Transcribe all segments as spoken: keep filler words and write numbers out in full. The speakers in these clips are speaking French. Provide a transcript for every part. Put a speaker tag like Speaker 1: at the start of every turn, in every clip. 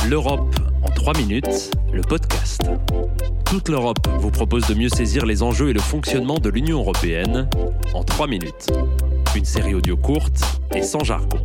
Speaker 1: L'Europe en trois minutes, le podcast. Toute l'Europe vous propose de mieux saisir les enjeux et le fonctionnement de l'Union européenne en trois minutes. Une série audio courte et sans jargon.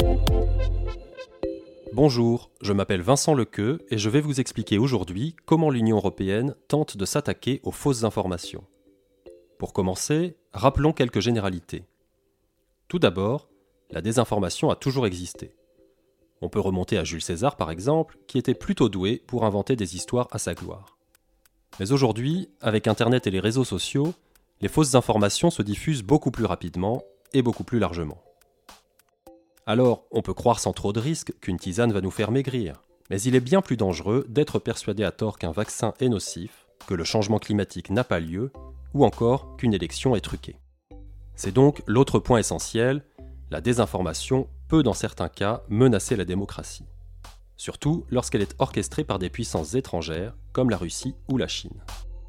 Speaker 2: Bonjour, je m'appelle Vincent Lequeux et je vais vous expliquer aujourd'hui comment l'Union européenne tente de s'attaquer aux fausses informations. Pour commencer, rappelons quelques généralités. Tout d'abord, la désinformation a toujours existé. On peut remonter à Jules César par exemple, qui était plutôt doué pour inventer des histoires à sa gloire. Mais aujourd'hui, avec Internet et les réseaux sociaux, les fausses informations se diffusent beaucoup plus rapidement et beaucoup plus largement. Alors, on peut croire sans trop de risques qu'une tisane va nous faire maigrir, mais il est bien plus dangereux d'être persuadé à tort qu'un vaccin est nocif, que le changement climatique n'a pas lieu, ou encore qu'une élection est truquée. C'est donc l'autre point essentiel, la désinformation peut dans certains cas menacer la démocratie. Surtout lorsqu'elle est orchestrée par des puissances étrangères comme la Russie ou la Chine.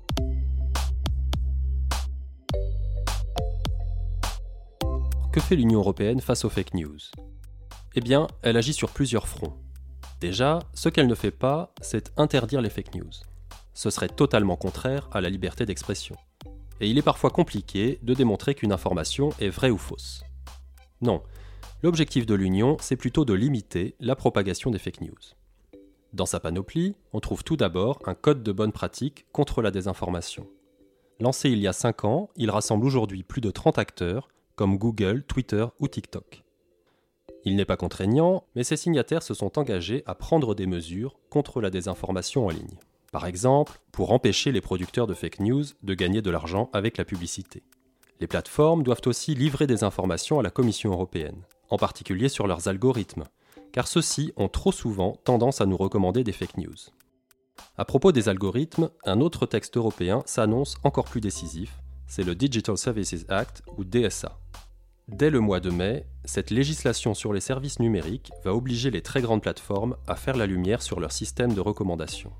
Speaker 2: Que fait l'Union européenne face aux fake news ? Eh bien, elle agit sur plusieurs fronts. Déjà, ce qu'elle ne fait pas, c'est interdire les fake news. Ce serait totalement contraire à la liberté d'expression. Et il est parfois compliqué de démontrer qu'une information est vraie ou fausse. Non, l'objectif de l'Union, c'est plutôt de limiter la propagation des fake news. Dans sa panoplie, on trouve tout d'abord un code de bonne pratique contre la désinformation. Lancé il y a cinq ans, il rassemble aujourd'hui plus de trente acteurs, comme Google, Twitter ou TikTok. Il n'est pas contraignant, mais ses signataires se sont engagés à prendre des mesures contre la désinformation en ligne. Par exemple, pour empêcher les producteurs de fake news de gagner de l'argent avec la publicité. Les plateformes doivent aussi livrer des informations à la Commission européenne, en particulier sur leurs algorithmes, car ceux-ci ont trop souvent tendance à nous recommander des fake news. À propos des algorithmes, un autre texte européen s'annonce encore plus décisif, c'est le Digital Services Act, ou D S A. Dès le mois de mai, cette législation sur les services numériques va obliger les très grandes plateformes à faire la lumière sur leur système de recommandation.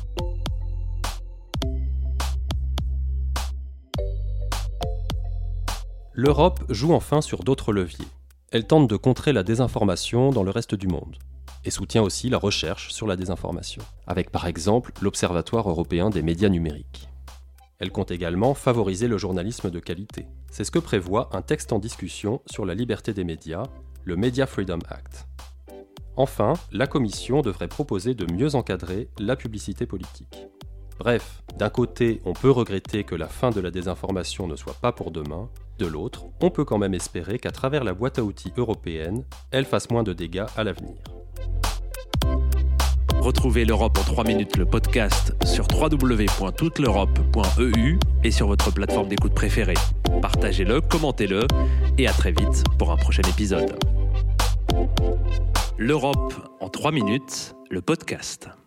Speaker 2: L'Europe joue enfin sur d'autres leviers. Elle tente de contrer la désinformation dans le reste du monde, et soutient aussi la recherche sur la désinformation, avec par exemple l'Observatoire européen des médias numériques. Elle compte également favoriser le journalisme de qualité. C'est ce que prévoit un texte en discussion sur la liberté des médias, le Media Freedom Act. Enfin, la Commission devrait proposer de mieux encadrer la publicité politique. Bref, d'un côté, on peut regretter que la fin de la désinformation ne soit pas pour demain, de l'autre, on peut quand même espérer qu'à travers la boîte à outils européenne, elle fasse moins de dégâts à l'avenir.
Speaker 1: Retrouvez l'Europe en trois minutes, le podcast, sur w w w point toute l'europe point e u et sur votre plateforme d'écoute préférée. Partagez-le, commentez-le et à très vite pour un prochain épisode. L'Europe en trois minutes, le podcast.